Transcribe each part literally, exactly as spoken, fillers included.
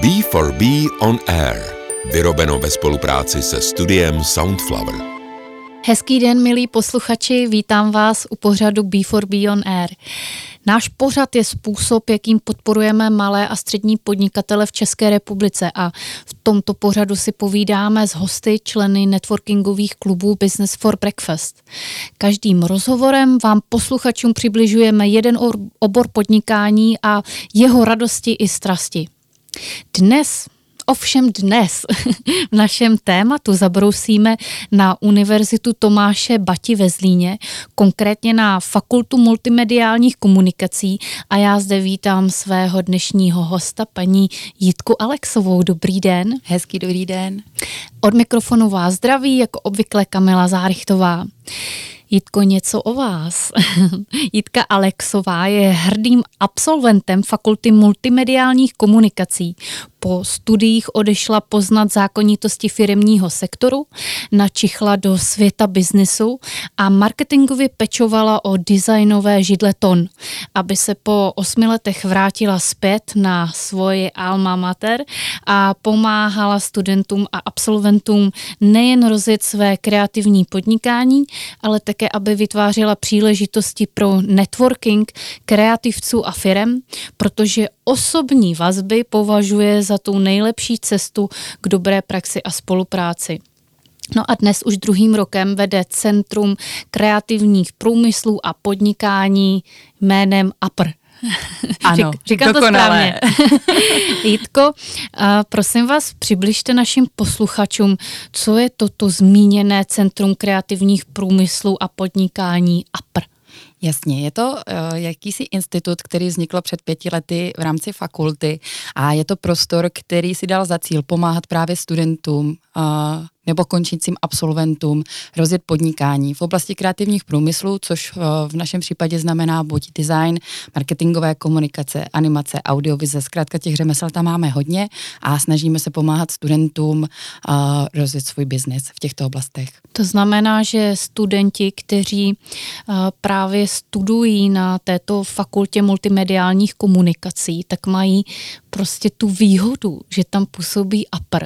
B four B on Air. Vyrobeno ve spolupráci se studiem Soundflower. Hezký den, milí posluchači, vítám vás u pořadu B four B on Air. Náš pořad je způsob, jakým podporujeme malé a střední podnikatele v České republice a v tomto pořadu si povídáme s hosty, členy networkingových klubů Business for Breakfast. Každým rozhovorem vám posluchačům přibližujeme jeden obor podnikání a jeho radosti i strasti. Dnes Ovšem dnes v našem tématu zabrousíme na Univerzitu Tomáše Bati ve Zlíně, konkrétně na Fakultu multimediálních komunikací a já zde vítám svého dnešního hosta, paní Jitku Alexovou. Dobrý den. Hezký dobrý den. Od mikrofonu vás zdraví, jako obvykle Kamila Zárychtová. Jitko, něco o vás. Jitka Alexová je hrdým absolventem Fakulty multimediálních komunikací. Po studiích odešla poznat zákonitosti firemního sektoru, načichla do světa biznesu a marketingově pečovala o designové židle Ton, aby se po osmi letech vrátila zpět na svoji alma mater a pomáhala studentům a absolventům nejen rozjet své kreativní podnikání, ale také, aby vytvářela příležitosti pro networking kreativců a firem, protože osobní vazby považuje za tu nejlepší cestu k dobré praxi a spolupráci. No a dnes už druhým rokem vede Centrum kreativních průmyslů a podnikání jménem A P R. Ano, Říkám dokonale. To správně. Jitko, prosím vás, přibližte našim posluchačům, co je toto zmíněné Centrum kreativních průmyslů a podnikání A P R. Jasně, je to uh, jakýsi institut, který vznikl před pěti lety v rámci fakulty a je to prostor, který si dal za cíl pomáhat právě studentům uh, nebo končícím absolventům rozjet podnikání v oblasti kreativních průmyslů, což uh, v našem případě znamená buď design, marketingové komunikace, animace, audiovize, zkrátka těch řemesel tam máme hodně a snažíme se pomáhat studentům uh, rozjet svůj biznis v těchto oblastech. To znamená, že studenti, kteří uh, právě studují na této fakultě multimediálních komunikací, tak mají prostě tu výhodu, že tam působí A P R,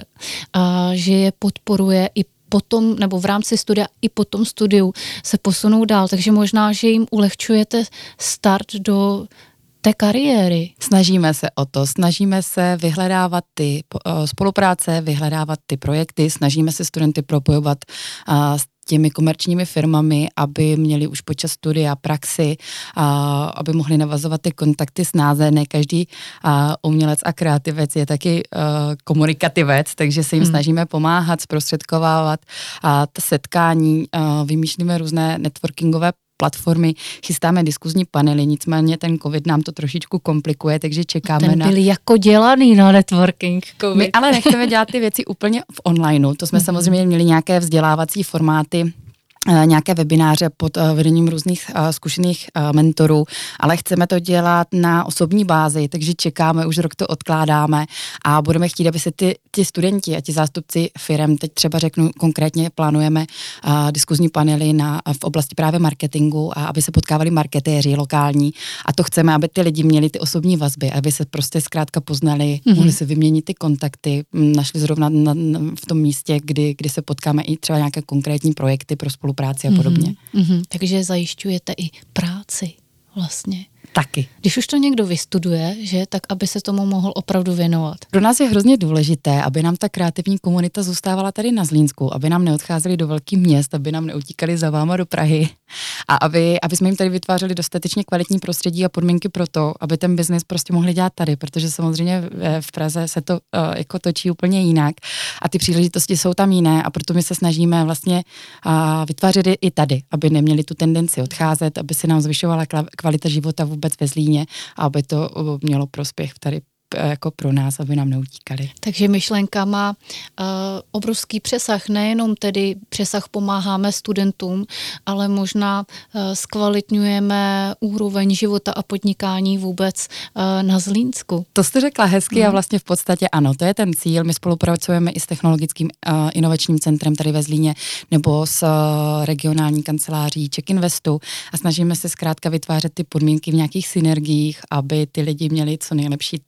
a že je podporuje i potom, nebo v rámci studia i po tom studiu se posunou dál, takže možná, že jim ulehčujete start do té kariéry. Snažíme se o to, snažíme se vyhledávat ty spolupráce, vyhledávat ty projekty, snažíme se studenty propojovat s těmi komerčními firmami, aby měli už počas studia praxi, a aby mohli navazovat ty kontakty s náze. Ne každý a, umělec a kreativec je taky a, komunikativec, takže se jim hmm. snažíme pomáhat, zprostředkovávat a ta setkání, a, vymýšlíme různé networkingové platformy, chystáme diskuzní panely, nicméně ten covid nám to trošičku komplikuje, takže čekáme ten na... Ten byl jako dělaný na networking COVID. My ale nechceme dělat ty věci úplně v onlineu, to jsme mm-hmm. samozřejmě měli nějaké vzdělávací formáty, nějaké webináře pod vedením různých zkušených mentorů, ale chceme to dělat na osobní bázi, takže čekáme, už rok to odkládáme a budeme chtít, aby se ty, ty studenti a ti zástupci firem, teď třeba řeknu konkrétně, plánujeme uh, diskuzní panely na, v oblasti právě marketingu a aby se potkávali marketéři lokální a to chceme, aby ty lidi měli ty osobní vazby, aby se prostě zkrátka poznali, mm-hmm. mohli se vyměnit ty kontakty, našli zrovna na, na, v tom místě, kdy, kdy se potkáme i třeba nějaké konkrétní projekty pro spolupráci práci a podobně. Mm-hmm, mm-hmm. Takže zajišťujete i práci vlastně. Taky. Když už to někdo vystuduje, že, tak aby se tomu mohl opravdu věnovat. Pro nás je hrozně důležité, aby nám ta kreativní komunita zůstávala tady na Zlínsku, aby nám neodcházeli do velkých měst, aby nám neutíkali za váma do Prahy a aby, aby jsme jim tady vytvářeli dostatečně kvalitní prostředí a podmínky pro to, aby ten biznis prostě mohli dělat tady, protože samozřejmě v Praze se to uh, jako točí úplně jinak a ty příležitosti jsou tam jiné a proto my se snažíme vlastně uh, vytvářet i tady, aby neměli tu tendenci odcházet, aby se nám zvyšovala kvalita života vůbec ve Zlíně a aby to mělo prospěch tady jako pro nás, aby nám neutíkali. Takže myšlenka má uh, obrovský přesah, nejenom tedy přesah pomáháme studentům, ale možná uh, zkvalitňujeme úroveň života a podnikání vůbec uh, na Zlínsku. To jste řekla hezky mm. a vlastně v podstatě ano, to je ten cíl. My spolupracujeme i s technologickým uh, inovačním centrem tady ve Zlíně nebo s uh, regionální kanceláří Czech Investu a snažíme se zkrátka vytvářet ty podmínky v nějakých synergiích, aby ty lidi měli co nejlepší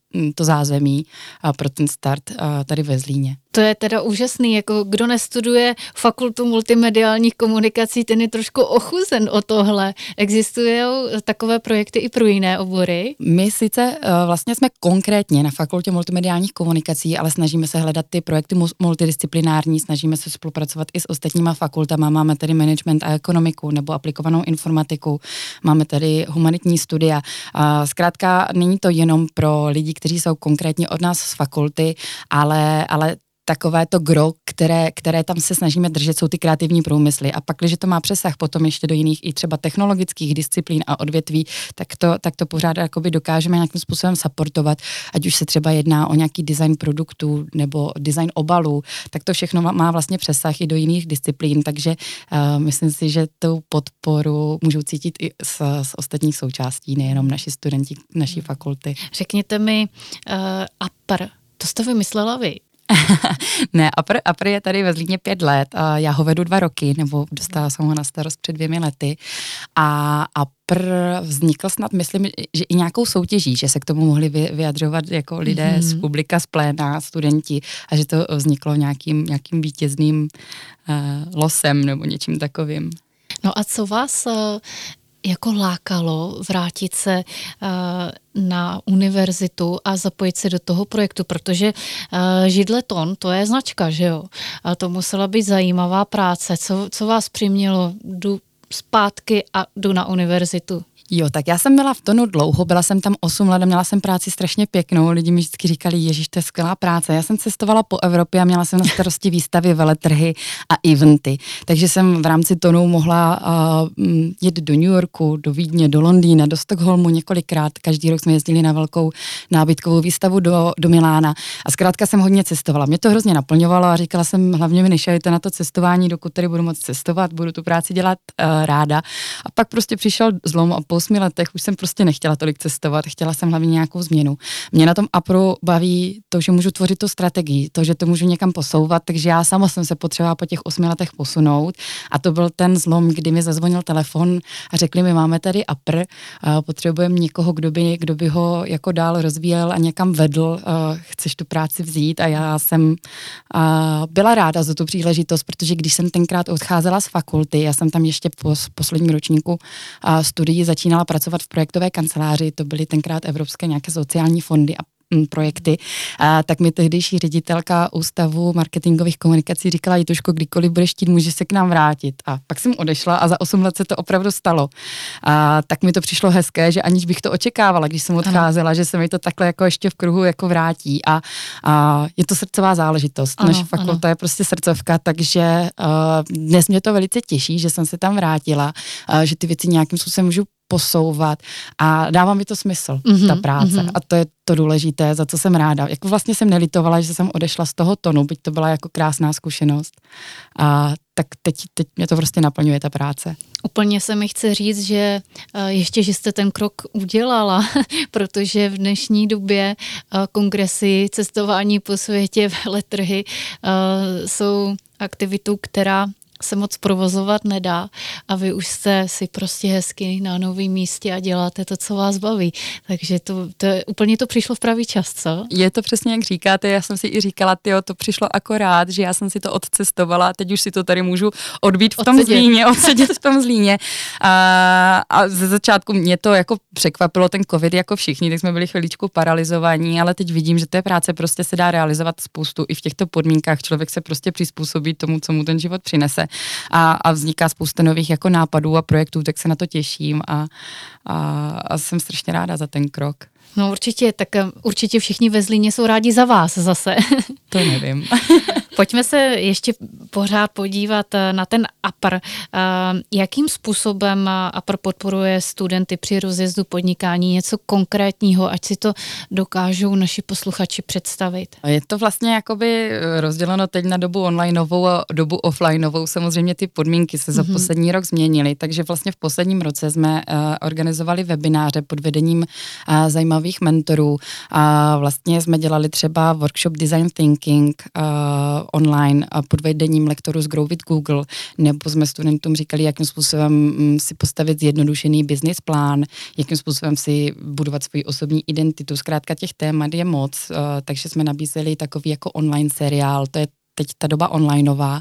to zázemí pro ten start tady ve Zlíně. To je teda úžasný, jako kdo nestuduje fakultu multimediálních komunikací, ten je trošku ochuzen o tohle. Existují takové projekty i pro jiné obory? My sice uh, vlastně jsme konkrétně na fakultě multimediálních komunikací, ale snažíme se hledat ty projekty multidisciplinární, snažíme se spolupracovat i s ostatníma fakultama. Máme tady management a ekonomiku nebo aplikovanou informatiku, máme tady humanitní studia. Uh, zkrátka není to jenom pro lidi, kteří jsou konkrétně od nás z fakulty, ale, ale takové to gro, které, které tam se snažíme držet, jsou ty kreativní průmysly. A pak, když to má přesah potom ještě do jiných i třeba technologických disciplín a odvětví, tak to, tak to pořád jakoby dokážeme nějakým způsobem supportovat, ať už se třeba jedná o nějaký design produktů nebo design obalů, tak to všechno má vlastně přesah i do jiných disciplín, takže uh, myslím si, že tu podporu můžou cítit i z, z ostatních součástí, nejenom naši studenti naší fakulty. Řekněte mi, uh, A P R, to jste vymyslela vy? Ne, A P R, A P R je tady ve Zlíně pět let a já ho vedu dva roky, nebo dostala jsem ho na starost před dvěmi lety a A P R vznikl snad, myslím, že i nějakou soutěží, že se k tomu mohli vyjadřovat jako lidé mm-hmm. z publika, z pléna, studenti a že to vzniklo nějakým, nějakým vítězným uh, losem nebo něčím takovým. No a co vás uh, jako lákalo vrátit se uh, na univerzitu a zapojit se do toho projektu, protože uh, Židleton, to je značka, že jo? A to musela být zajímavá práce. Co, co vás přimělo? Jdu zpátky a jdu na univerzitu. Jo, tak já jsem byla v Tonu dlouho, byla jsem tam osm let a měla jsem práci strašně pěknou. Lidi mi vždycky říkali, ježiš, to je skvělá práce. Já jsem cestovala po Evropě a měla jsem na starosti výstavy, veletrhy a eventy. Takže jsem v rámci Tonu mohla uh, jet do New Yorku, do Vídně, do Londýna, do Stockholmu několikrát. Každý rok jsme jezdili na velkou nábytkovou výstavu do, do Milána a zkrátka jsem hodně cestovala. Mě to hrozně naplňovalo a říkala jsem, hlavně mi nešajte na to cestování, dokud tady budu moc cestovat, budu tu práci dělat uh, ráda. A pak prostě přišel zlom a po osmi letech už jsem prostě nechtěla tolik cestovat, chtěla jsem hlavně nějakou změnu. Mě na tom A P R U baví to, že můžu tvořit tu strategii, to, že to můžu někam posouvat, takže já sama jsem se potřebovala po těch osmi letech posunout a to byl ten zlom, kdy mi zazvonil telefon a řekli mi, máme tady A P R, potřebujeme někoho, kdo by, kdo by ho jako dál rozvíjel a někam vedl, chceš tu práci vzít a já jsem byla ráda za tu příležitost, protože když jsem tenkrát odcházela z fakulty, já jsem tam ještě po posledním ročníku studií začínala pracovat v projektové kanceláři, to byly tenkrát evropské nějaké sociální fondy a projekty, a tak mi tehdejší ředitelka Ústavu marketingových komunikací říkala, Jituško, kdykoliv budeš chtít, můžeš se k nám vrátit. A pak jsem odešla a za osm let se to opravdu stalo. A tak mi to přišlo hezké, že aniž bych to očekávala, když jsem odcházela, ano. že se mi to takhle jako ještě v kruhu jako vrátí a, a je to srdcová záležitost. Naše fakulta ano. je prostě srdcovka, takže uh, dnes mě to velice těší, že jsem se tam vrátila, uh, že ty věci nějakým způsobem můžu posouvat a dává mi to smysl, mm-hmm, ta práce. Mm-hmm. A to je to důležité, za co jsem ráda. Jako vlastně jsem nelitovala, že jsem odešla z toho Tonu, byť to byla jako krásná zkušenost. A tak teď, teď mě to prostě naplňuje ta práce. Úplně se mi chce říct, že ještě, že jste ten krok udělala, protože v dnešní době kongresy, cestování po světě, veletrhy jsou aktivitou, která se moc provozovat nedá a vy už jste si prostě hezky na novém místě a děláte to, co vás baví. Takže to, to úplně to přišlo v pravý čas, co? Je to přesně, jak říkáte, já jsem si i říkala, tyjo, to přišlo akorát, že já jsem si to odcestovala a teď už si to tady můžu odbít v tom odsedět. Zlíně, odsedět v tom Zlíně. A, a ze začátku mě to jako překvapilo, ten covid jako všichni, tak jsme byli chviličku paralizovaní, ale teď vidím, že té práce prostě se dá realizovat spoustu i v těchto podmínkách. Člověk se prostě přizpůsobí tomu, co mu ten život přinese. A, a vzniká spousta nových jako nápadů a projektů, tak se na to těším a, a, a jsem strašně ráda za ten krok. No určitě, tak určitě všichni ve Zlíně jsou rádi za vás zase. To nevím. Pojďme se ještě pořád podívat na ten A P R. Jakým způsobem A P R podporuje studenty při rozjezdu podnikání? Něco konkrétního, ať si to dokážou naši posluchači představit. Je to vlastně jakoby rozděleno teď na dobu onlineovou a dobu offlineovou. Samozřejmě ty podmínky se za mm-hmm. poslední rok změnily, takže vlastně v posledním roce jsme uh, organizovali webináře pod vedením uh, zajímavých mentorů a vlastně jsme dělali třeba workshop design thinking, uh, online pod vedením lektorů z Grow with Google, nebo jsme studentům říkali, jakým způsobem um, si postavit zjednodušený business plán, jakým způsobem si budovat svoji osobní identitu. Zkrátka těch témat je moc, uh, takže jsme nabízeli takový jako online seriál, to je teď ta doba onlineová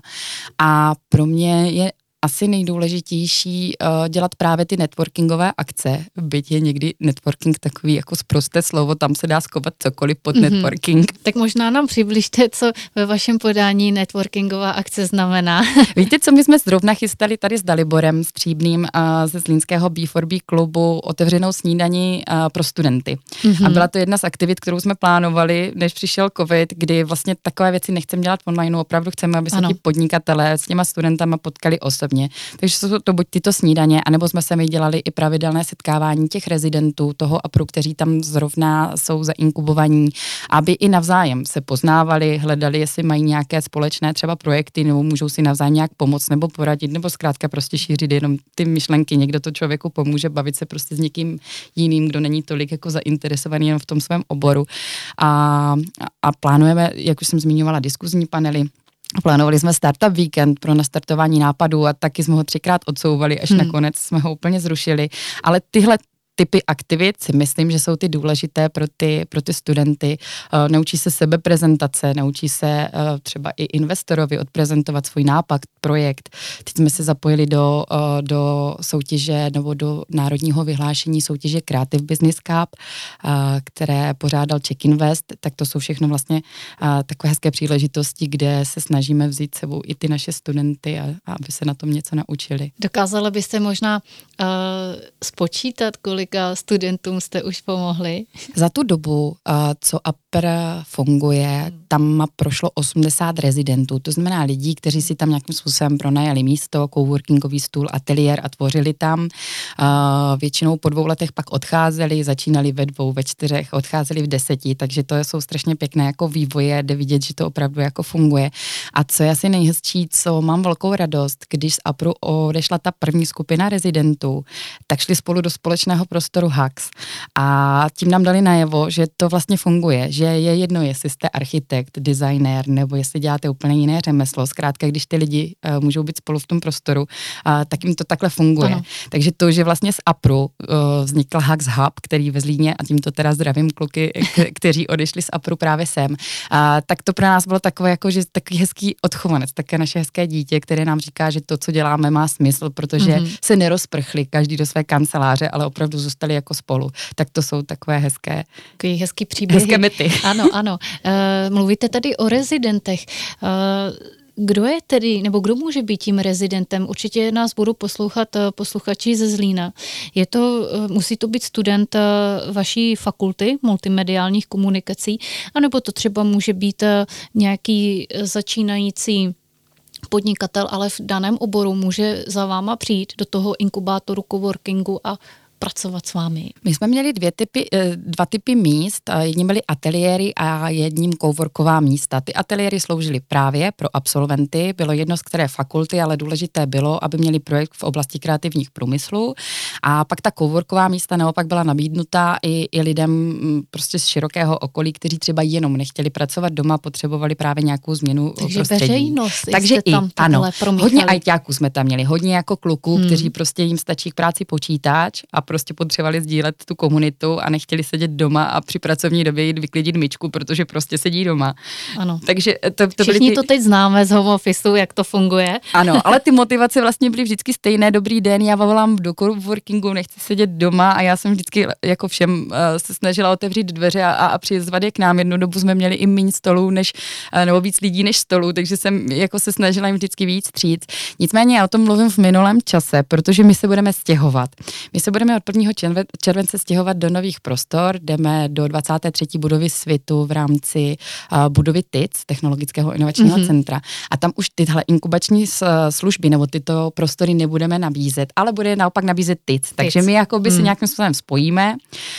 a pro mě je asi nejdůležitější uh, dělat právě ty networkingové akce, byť je někdy networking takový jako sprosté slovo, tam se dá skovat cokoliv pod mm-hmm. networking. Tak možná nám přibližte, co ve vašem podání networkingová akce znamená. Víte, co my jsme zrovna chystali tady s Daliborem Stříbným uh, ze zlínského B four B klubu otevřenou snídaní uh, pro studenty. Mm-hmm. A byla to jedna z aktivit, kterou jsme plánovali, než přišel covid, kdy vlastně takové věci nechceme dělat online, opravdu chceme, aby se ti podnikatelé s těma studentama potkali osobně. Takže jsou to buď tyto snídaně, anebo jsme se my dělali i pravidelné setkávání těch rezidentů, toho apru, kteří tam zrovna jsou zainkubovaní, aby i navzájem se poznávali, hledali, jestli mají nějaké společné třeba projekty, nebo můžou si navzájem nějak pomoct, nebo poradit, nebo zkrátka prostě šířit jenom ty myšlenky. Někdo to člověku pomůže bavit se prostě s někým jiným, kdo není tolik jako zainteresovaný jenom v tom svém oboru. A, a plánujeme, jak už jsem zmiňovala, diskuzní panely. Plánovali jsme startup víkend pro nastartování nápadů a taky jsme ho třikrát odsouvali, až hmm. nakonec jsme ho úplně zrušili. Ale tyhle typy aktivit si myslím, že jsou ty důležité pro ty, pro ty studenty. Uh, naučí se sebeprezentace, naučí se uh, třeba i investorovi odprezentovat svůj nápad, projekt. Teď jsme se zapojili do, uh, do soutěže nebo do národního vyhlášení soutěže Creative Business Cup, uh, které pořádal Czech Invest, tak to jsou všechno vlastně uh, takové hezké příležitosti, kde se snažíme vzít sebou i ty naše studenty, a, a aby se na tom něco naučili. Dokázala byste možná uh, spočítat, kolik studentům jste už pomohli? Za tu dobu, co A P R funguje, tam prošlo osmdesát rezidentů, to znamená lidí, kteří si tam nějakým způsobem pronajali místo, coworkingový stůl, ateliér a tvořili tam. Většinou po dvou letech pak odcházeli, začínali ve dvou, ve čtyřech, odcházeli v deseti, takže to jsou strašně pěkné jako vývoje, jde vidět, že to opravdu jako funguje. A co je asi nejhezčí, co mám velkou radost, když z A P R odešla ta první skupina rezidentů, tak šli spolu do společného prostoru Hux a tím nám dali najevo, že to vlastně funguje, že je jedno, jestli jste architekt, designér, nebo jestli děláte úplně jiné řemeslo. Zkrátka, když ty lidi uh, můžou být spolu v tom prostoru, uh, tak jim to takhle funguje. Ano. Takže to, že vlastně z A P R uh, vznikl Hux Hub, který ve Zlíně, a tímto teda zdravím kluky, k- kteří odešli z A P R právě sem, uh, tak to pro nás bylo takové, jako, že takový hezký odchovanec, také naše hezké dítě, které nám říká, že to, co děláme, má smysl, protože mm-hmm. se nerozprchli každý do své kanceláře, ale opravdu zůstali jako spolu. Tak to jsou takové hezké, takový hezký příběhy. Hezké myty. Ano, ano. Uh, mluvíte tady o rezidentech. Uh, Kdo je tedy, nebo kdo může být tím rezidentem? Určitě nás budou poslouchat posluchači ze Zlína. Je to, musí to být student vaší fakulty multimediálních komunikací, anebo to třeba může být nějaký začínající podnikatel, ale v daném oboru může za váma přijít do toho inkubátoru coworkingu a pracovat s vámi? My jsme měli dvě typy, dva typy míst, jedním byly ateliéry a jedním coworková místa. Ty ateliéry sloužily právě pro absolventy, bylo jedno z které fakulty, ale důležité bylo, aby měli projekt v oblasti kreativních průmyslů, a pak ta coworková místa naopak byla nabídnutá i, i lidem prostě z širokého okolí, kteří třeba jenom nechtěli pracovat doma, potřebovali právě nějakou změnu Takže prostředí. Veřejnost, Takže i, tam ano, promíchali. hodně ajťáků jsme tam měli, hodně jako kluků, hmm. kteří prostě jim stačí k práci počítač a prostě potřebovali sdílet tu komunitu a nechtěli sedět doma a při pracovní době jít vyklidit myčku, protože prostě sedí doma. Ano. Takže to, to Všichni ty... to teď známe z home officeu, jak to funguje. Ano, ale ty motivace vlastně byly vždycky stejné. Dobrý den, já volám do coworkingu, nechci sedět doma, a já jsem vždycky jako všem uh, se snažila otevřít dveře a, a přizvat je k nám. Jednu dobu jsme měli i méně stolů, než, uh, nebo víc lidí než stolů, takže jsem jako se snažila jim vždycky víc vstříc. Nicméně já o tom mluvím v minulém čase, protože my se budeme stěhovat. My se budeme od prvního července stěhovat do nových prostor, jdeme do dvacáté třetí budovy Svitu v rámci uh, budovy T I C, Technologického inovačního mm-hmm. centra. A tam už tyhle inkubační služby nebo tyto prostory nebudeme nabízet, ale bude naopak nabízet T I C. Takže my jakoby mm. se nějakým způsobem spojíme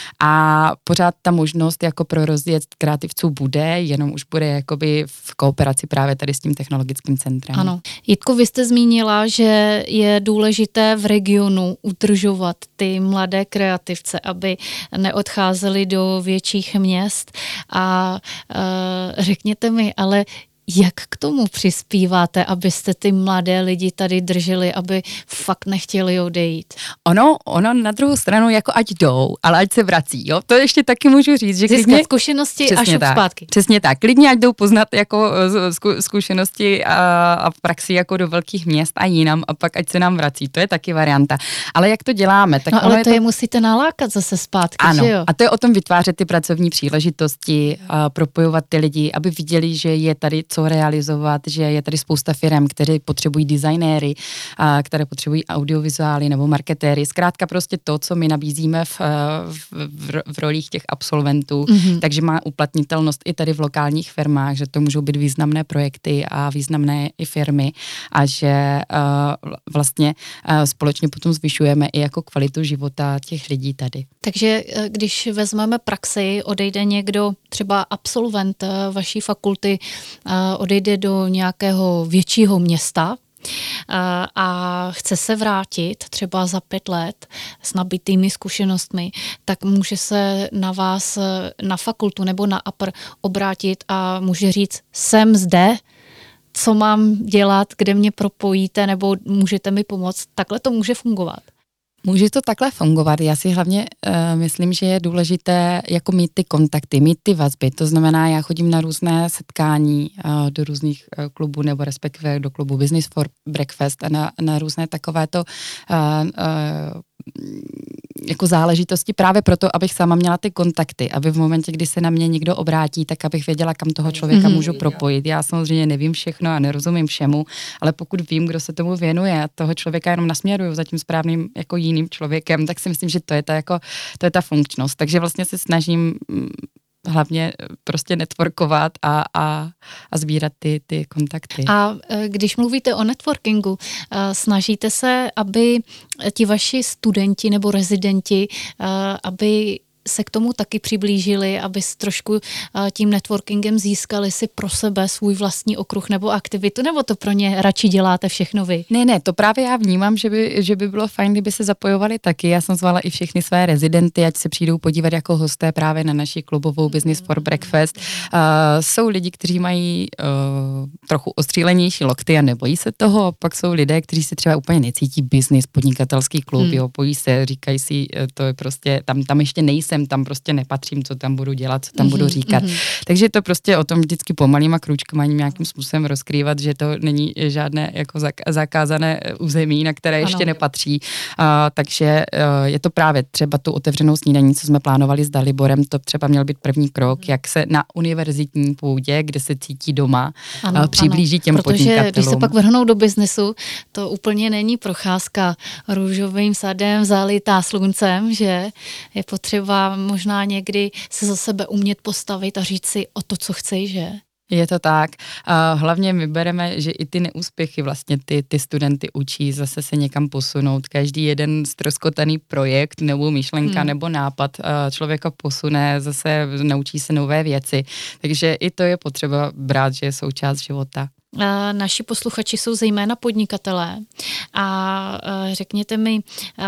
a pořád ta možnost jako pro rozjezd kreativců bude, jenom už bude jakoby v kooperaci právě tady s tím technologickým centrem. Ano. Jitko, vy jste zmínila, že je důležité v regionu udržovat ty mladé kreativce, aby neodcházeli do větších měst, a uh, řekněte mi, ale Jak k tomu přispíváte, abyste ty mladé lidi tady drželi, aby fakt nechtěli odejít? Ono, ono na druhou stranu jako ať jdou, ale ať se vrací, jo. To ještě taky můžu říct, že získat klidně... zkušenosti a šup zpátky. Přesně tak. Klidně ať jdou poznat jako zkušenosti a, a praxi jako do velkých měst a jinam a pak ať se nám vrací. To je taky varianta. Ale jak to děláme? Tak no ale je to je musíte nalákat zase zpátky, ano, že jo? A to je o tom vytvářet ty pracovní příležitosti, a propojovat ty lidi, aby viděli, že je tady co realizovat, že je tady spousta firem, které potřebují designéry, a které potřebují audiovizuály nebo marketéry. Zkrátka prostě to, co my nabízíme v, v, v, v rolích těch absolventů, mm-hmm. takže má uplatnitelnost i tady v lokálních firmách, že to můžou být významné projekty a významné i firmy a že uh, vlastně uh, společně potom zvyšujeme i jako kvalitu života těch lidí tady. Takže když vezmeme praxi, odejde někdo, třeba absolvent vaší fakulty, odejde do nějakého většího města a chce se vrátit třeba za pět let s nabitými zkušenostmi, tak může se na vás, na fakultu nebo na A P R obrátit a může říct, jsem zde, co mám dělat, kde mě propojíte nebo můžete mi pomoct. Takhle to může fungovat. Může to takhle fungovat. Já si hlavně uh, myslím, že je důležité jako mít ty kontakty, mít ty vazby. To znamená, já chodím na různé setkání uh, do různých uh, klubů nebo respektive do klubu Business for Breakfast a na, na různé takovéto uh, uh, jako záležitosti právě proto, abych sama měla ty kontakty, aby v momentě, kdy se na mě někdo obrátí, tak abych věděla, kam toho člověka mm-hmm. můžu propojit. Já samozřejmě nevím všechno a nerozumím všemu, ale pokud vím, kdo se tomu věnuje a toho člověka jenom nasměruju za tím správným jako jiným člověkem, tak si myslím, že to je ta, jako, to je ta funkčnost. Takže vlastně se snažím hlavně prostě networkovat a, a, a sbírat ty, ty kontakty. A když mluvíte o networkingu, snažíte se, aby ti vaši studenti nebo rezidenti, aby se k tomu taky přiblížili, aby trošku tím networkingem získali si pro sebe svůj vlastní okruh nebo aktivitu, nebo to pro ně radši děláte všechno vy? Ne, ne, to právě já vnímám, že by, že by bylo fajn, kdyby se zapojovali taky. Já jsem zvala i všechny své rezidenty, ať se přijdou podívat jako hosté právě na naši klubovou Business for Breakfast. Uh, jsou lidi, kteří mají uh, trochu ostřílenější lokty a nebojí se toho, pak jsou lidé, kteří se třeba úplně necítí business, podnikatelský klub, hmm. jo, bojí se, říkají si, to je prostě, tam, tam ještě nejsem, tam prostě nepatřím, co tam budu dělat, co tam mm-hmm, budu říkat. Mm-hmm. Takže to prostě o tom vždycky pomalýma krůčkama nějakým způsobem rozkrývat, že to není žádné jako zakázané území, na které ještě ano. nepatří. Uh, takže uh, je to právě třeba tu otevřenou snídaní, co jsme plánovali s Daliborem, to třeba měl být první krok, jak se na univerzitní půdě, kde se cítí doma, ano, uh, přiblíží ano. těm Protože podnikatelům. Protože když se pak vrhnou do biznesu, to úplně není procházka růžovým sadem zalitá sluncem, že je potřeba možná někdy se za sebe umět postavit a říct si o to, co chci, že? Je to tak. A hlavně my bereme, že i ty neúspěchy vlastně ty, ty studenty učí zase se někam posunout. Každý jeden ztroskotaný projekt nebo myšlenka hmm. nebo nápad člověka posune, zase naučí se nové věci. Takže i to je potřeba brát, že je součást života. Naši posluchači jsou zejména podnikatelé a řekněte mi,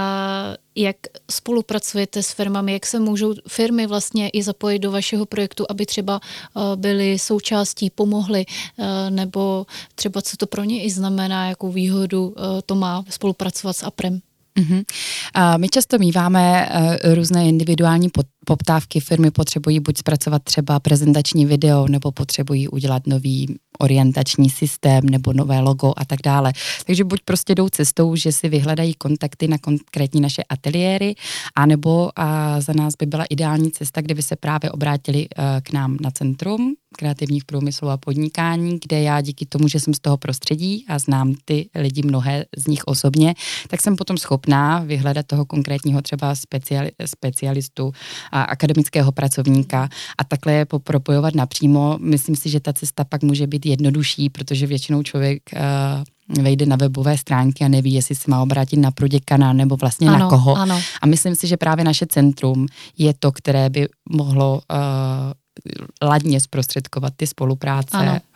jak spolupracujete s firmami, jak se můžou firmy vlastně i zapojit do vašeho projektu, aby třeba byly součástí, pomohly, nebo třeba co to pro ně i znamená, jakou výhodu to má spolupracovat s APRem. Uh-huh. A my často míváme uh, různé individuální pod, poptávky. Firmy potřebují buď zpracovat třeba prezentační video, nebo potřebují udělat nový orientační systém, nebo nové logo a tak dále. Takže buď prostě jdou cestou, že si vyhledají kontakty na konkrétní naše ateliéry, anebo a za nás by byla ideální cesta, kde by se právě obrátili uh, k nám na centrum kreativních průmyslů a podnikání, kde já díky tomu, že jsem z toho prostředí a znám ty lidi, mnohé z nich osobně, tak jsem potom schopná vyhledat toho konkrétního třeba speciali, specialistu a akademického pracovníka a takhle je propojovat napřímo. Myslím si, že ta cesta pak může být jednodušší, protože většinou člověk uh, vejde na webové stránky a neví, jestli se má obrátit na proděkana nebo vlastně ano, na koho. Ano. A myslím si, že právě naše centrum je to, které by mohlo uh, ladně zprostředkovat ty spolupráce ano.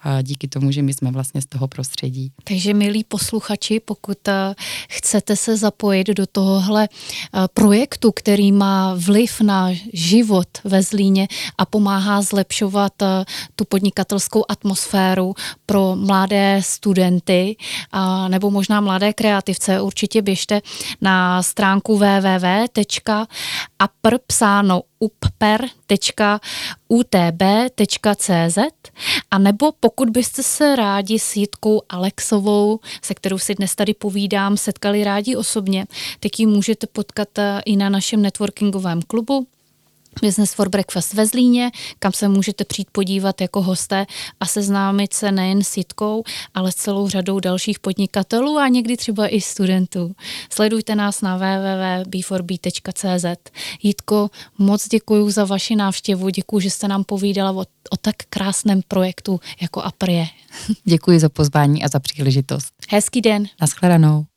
díky tomu, že my jsme vlastně z toho prostředí. Takže milí posluchači, pokud chcete se zapojit do tohohle projektu, který má vliv na život ve Zlíně a pomáhá zlepšovat tu podnikatelskou atmosféru pro mladé studenty a nebo možná mladé kreativce, určitě běžte na stránku w w w tečka apr psáno upper tečka u t b tečka c z a nebo pokud byste se rádi s Jitkou Alexovou, se kterou si dnes tady povídám, setkali rádi osobně, tak ji můžete potkat i na našem networkingovém klubu Business for Breakfast ve Zlíně, kam se můžete přijít podívat jako hosté a seznámit se nejen s Jitkou, ale s celou řadou dalších podnikatelů a někdy třeba i studentů. Sledujte nás na w w w tečka b four b tečka c z. Jitko, moc děkuji za vaši návštěvu, děkuji, že jste nám povídala o, o tak krásném projektu jako Apr je. Děkuji za pozvání a za příležitost. Hezký den. Naschledanou.